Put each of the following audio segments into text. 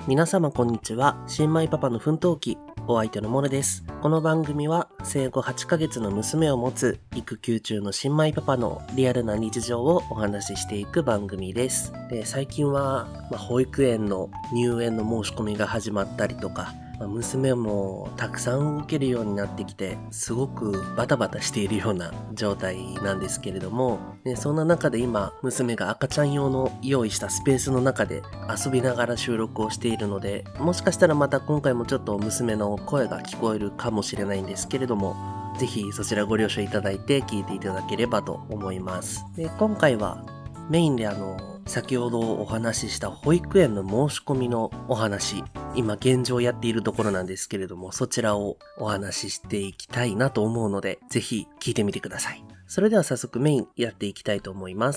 皆様こんにちは。新米パパの奮闘記、お相手のモルです。この番組は生後8ヶ月の娘を持つ育休中の新米パパのリアルな日常をお話ししていく番組です。で、最近は、保育園の入園の申し込みが始まったりとか、娘もたくさん動けるようになってきて、すごくバタバタしているような状態なんですけれども、そんな中で今、娘が赤ちゃん用の用意したスペースの中で遊びながら収録をしているので、もしかしたらまた今回もちょっと娘の声が聞こえるかもしれないんですけれども、ぜひそちらご了承いただいて聞いていただければと思います。で、今回はメインで先ほどお話しした保育園の申し込みのお話、今現状やっているところなんですけれども、そちらをお話ししていきたいなと思うので、ぜひ聞いてみてください。それでは早速メインやっていきたいと思います。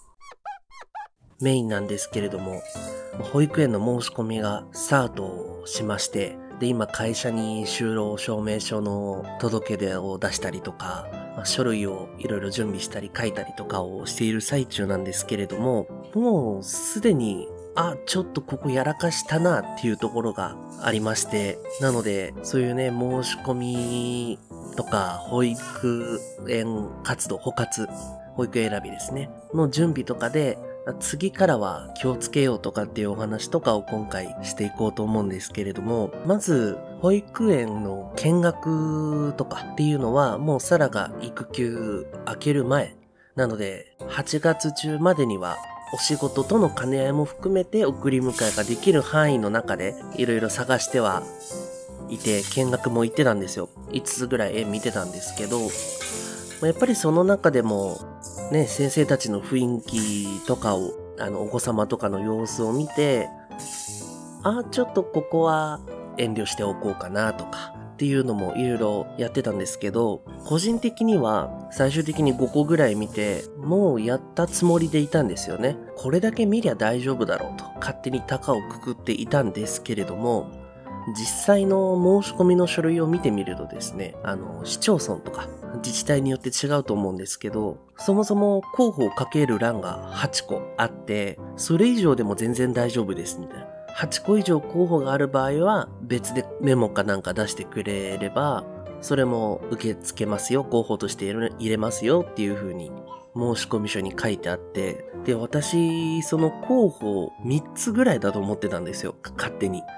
メインなんですけれども、保育園の申し込みがスタートしまして、で、今会社に就労証明書の届け出を出したりとか、書類をいろいろ準備したり書いたりとかをしている最中なんですけれども、もうすでにちょっとここやらかしたなっていうところがありまして、なので、そういうね、申し込みとか、保育園活動、保育園選びですね、の準備とかで、次からは気をつけようとかっていうお話とかを今回していこうと思うんですけれども、まず、保育園の見学とかっていうのは、もうサラが育休明ける前、なので、8月中までには、お仕事との兼ね合いも含めて送り迎えができる範囲の中でいろいろ探してはいて、見学も行ってたんですよ。5つぐらい絵見てたんですけど、やっぱりその中でもね、先生たちの雰囲気とかを、お子様とかの様子を見て、ちょっとここは遠慮しておこうかなとかっていうのもいろいろやってたんですけど、個人的には最終的に5個ぐらい見て、もうやったつもりでいたんですよね。これだけ見りゃ大丈夫だろうと勝手に高をくくっていたんですけれども、実際の申し込みの書類を見てみるとですね、市町村とか自治体によって違うと思うんですけど、そもそも候補をかける欄が8個あって、それ以上でも全然大丈夫ですみたいな。8個以上候補がある場合は別でメモかなんか出してくれれば、それも受け付けますよ、候補として入れますよっていう風に申し込み書に書いてあって、で、私、その候補3つぐらいだと思ってたんですよ、勝手に。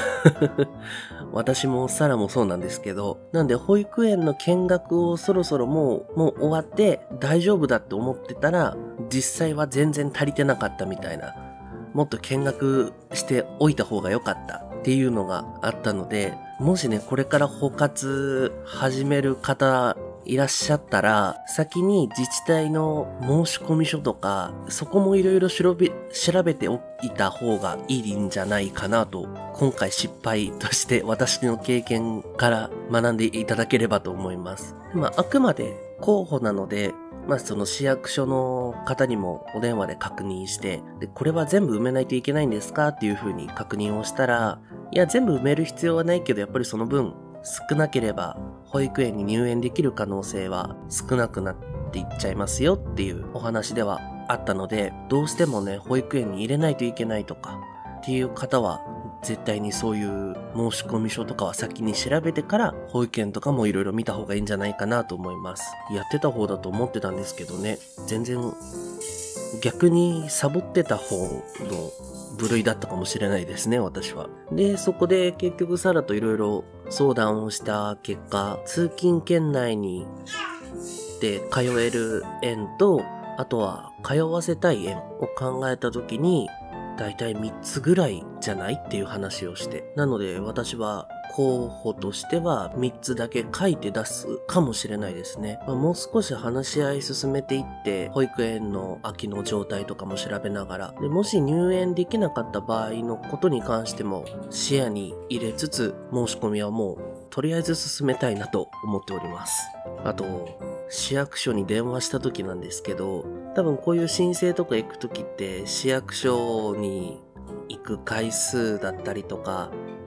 私もサラもそうなんですけど、なんで保育園の見学をそろそろもう終わって大丈夫だって思ってたら、実際は全然足りてなかったみたいな、もっと見学しておいた方が良かったっていうのがあったので、もしね、これから保活始める方いらっしゃったら、先に自治体の申し込み書とか、そこもいろいろ調べておいた方がいいんじゃないかなと、今回失敗として私の経験から学んでいただければと思います。あくまで候補なので、その市役所の方にもお電話で確認して、で、これは全部埋めないといけないんですかっていう風に確認をしたら、いや、全部埋める必要はないけど、やっぱりその分、少なければ保育園に入園できる可能性は少なくなっていっちゃいますよっていうお話ではあったので、どうしてもね、保育園に入れないといけないとかっていう方は、絶対にそういう申し込み書とかは先に調べてから保育園とかもいろいろ見た方がいいんじゃないかなと思います。やってた方だと思ってたんですけどね、全然逆にサボってた方の部類だったかもしれないですね、私は。で、そこで結局サラといろいろ相談をした結果、通勤圏内にで通える園と、あとは通わせたい園を考えた時に、だいたい3つぐらいじゃないっていう話をして。なので私は候補としては3つだけ書いて出すかもしれないですね。もう少し話し合い進めていって、保育園の空きの状態とかも調べながら、でもし入園できなかった場合のことに関しても視野に入れつつ、申し込みはもうとりあえず進めたいなと思っております。あと、市役所に電話した時なんですけど、多分こういう申請とか行く時って市役所に行く回数だったりとか、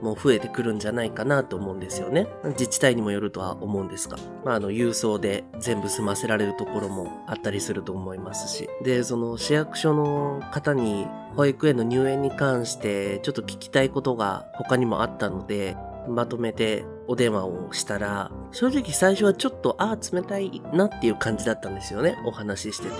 も増えてくるんじゃないかなと思うんですよね。自治体にもよるとは思うんですが、郵送で全部済ませられるところもあったりすると思いますし。で、その市役所の方に保育園の入園に関してちょっと聞きたいことが他にもあったので、まとめてお電話をしたら、正直最初はちょっと冷たいなっていう感じだったんですよね、お話ししてて。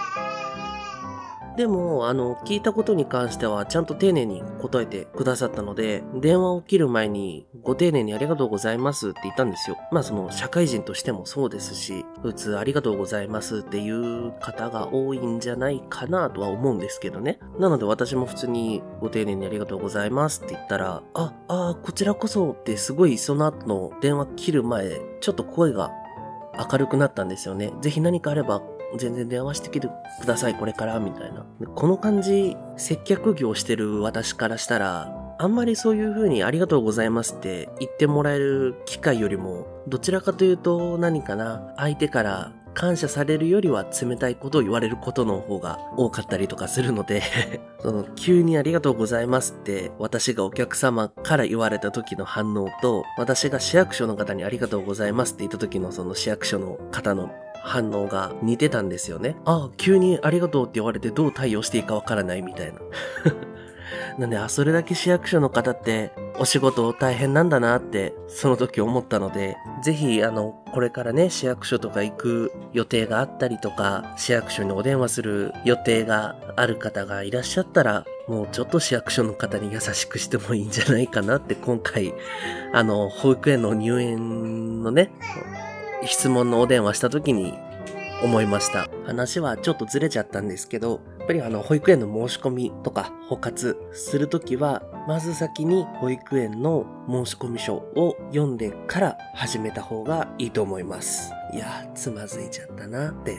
でも、聞いたことに関してはちゃんと丁寧に答えてくださったので、電話を切る前にご丁寧にありがとうございますって言ったんですよ。その社会人としてもそうですし、普通ありがとうございますっていう方が多いんじゃないかなとは思うんですけどね。なので私も普通にご丁寧にありがとうございますって言ったら、こちらこそってすごいその後の電話切る前、ちょっと声が明るくなったんですよね。ぜひ何かあれば全然電話してきてくださいこれからみたいな。この感じ、接客業してる私からしたら、あんまりそういう風にありがとうございますって言ってもらえる機会よりも、どちらかというと相手から感謝されるよりは冷たいことを言われることの方が多かったりとかするので急にありがとうございますって私がお客様から言われた時の反応と、私が市役所の方にありがとうございますって言った時のその市役所の方の反応が似てたんですよね。急にありがとうって言われてどう対応していいかわからないみたいな。なんで、それだけ市役所の方ってお仕事大変なんだなってその時思ったので、ぜひこれからね、市役所とか行く予定があったりとか、市役所にお電話する予定がある方がいらっしゃったら、もうちょっと市役所の方に優しくしてもいいんじゃないかなって今回、保育園の入園のね、質問のお電話した時に思いました。話はちょっとずれちゃったんですけど、やっぱり保育園の申し込みとか補活するときは、まず先に保育園の申し込み書を読んでから始めた方がいいと思います。いやー、つまずいちゃったなって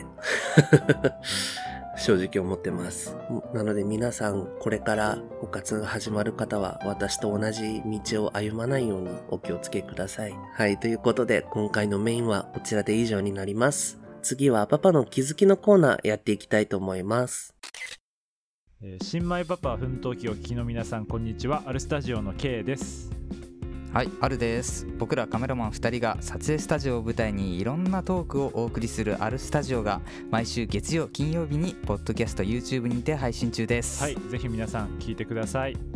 正直思ってます。なので皆さんこれから補活が始まる方は私と同じ道を歩まないようにお気をつけください。はい、ということで今回のメインはこちらで以上になります。次はパパの気づきのコーナーやっていきたいと思います。 新米パパ奮闘記をお聞きの皆さんこんにちは。アルスタジオの K です。 はい、アルです。僕らカメラマン2人が撮影スタジオを舞台にいろんなトークをお送りするアルスタジオが毎週月曜金曜日にポッドキャスト YouTube にて配信中です。 はい、ぜひ皆さん聞いてください。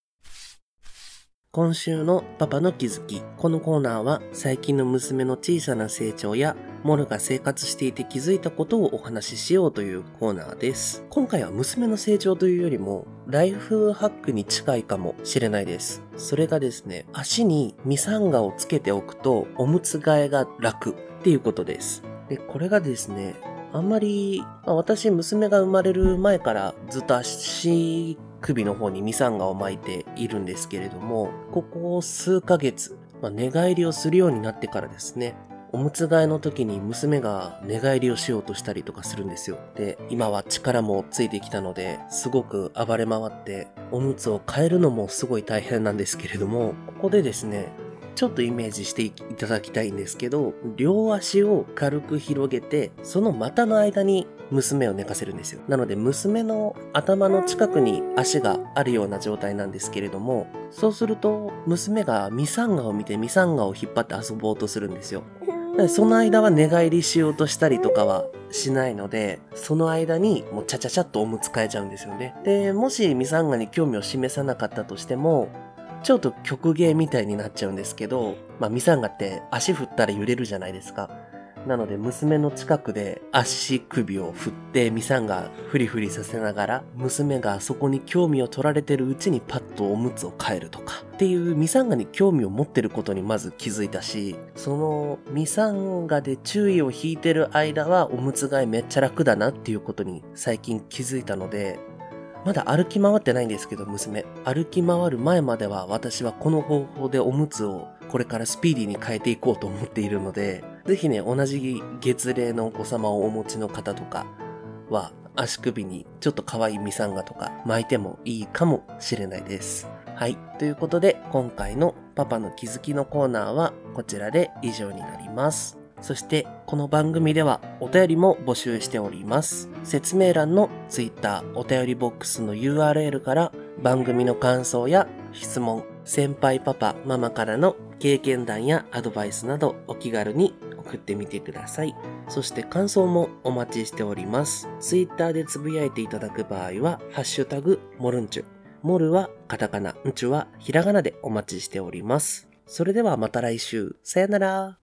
今週のパパの気づき。このコーナーは最近の娘の小さな成長やモルが生活していて気づいたことをお話ししようというコーナーです。今回は娘の成長というよりもライフハックに近いかもしれないです。それがですね、足にミサンガをつけておくとおむつ替えが楽っていうことです。で、これがですね、あんまり、私娘が生まれる前からずっと足首の方にミサンガを巻いているんですけれども、ここ数ヶ月、寝返りをするようになってからですね、おむつ替えの時に娘が寝返りをしようとしたりとかするんですよ。で、今は力もついてきたので、すごく暴れ回って、おむつを替えるのもすごい大変なんですけれども、ここでですね、ちょっとイメージしていただきたいんですけど、両足を軽く広げて、その股の間に娘を寝かせるんですよ。なので娘の頭の近くに足があるような状態なんですけれども、そうすると娘がミサンガを見てミサンガを引っ張って遊ぼうとするんですよ。その間は寝返りしようとしたりとかはしないので、その間にもうチャチャチャっとおむつ替えちゃうんですよね。で、もしミサンガに興味を示さなかったとしても、ちょっと曲芸みたいになっちゃうんですけど、ミサンガって足振ったら揺れるじゃないですか。なので娘の近くで足首を振ってミサンガフリフリさせながら、娘がそこに興味を取られてるうちにパッとおむつを替えるとかっていうミサンガに興味を持ってることにまず気づいたし、そのミサンガで注意を引いてる間はおむつ替えめっちゃ楽だなっていうことに最近気づいたので、まだ歩き回ってないんですけど娘、歩き回る前までは私はこの方法でおむつをこれからスピーディーに変えていこうと思っているので、ぜひね、同じ月齢のお子様をお持ちの方とかは足首にちょっと可愛いミサンガとか巻いてもいいかもしれないです。はい。ということで今回のパパの気づきのコーナーはこちらで以上になります。そしてこの番組ではお便りも募集しております。説明欄の Twitter お便りボックスの URL から番組の感想や質問、 先輩パパ、ママからの経験談やアドバイスなどお気軽に送ってみてください。そして感想もお待ちしております。Twitter でつぶやいていただく場合は、ハッシュタグモルンチュ。モルはカタカナ、ンチュはひらがなでお待ちしております。それではまた来週。さよなら。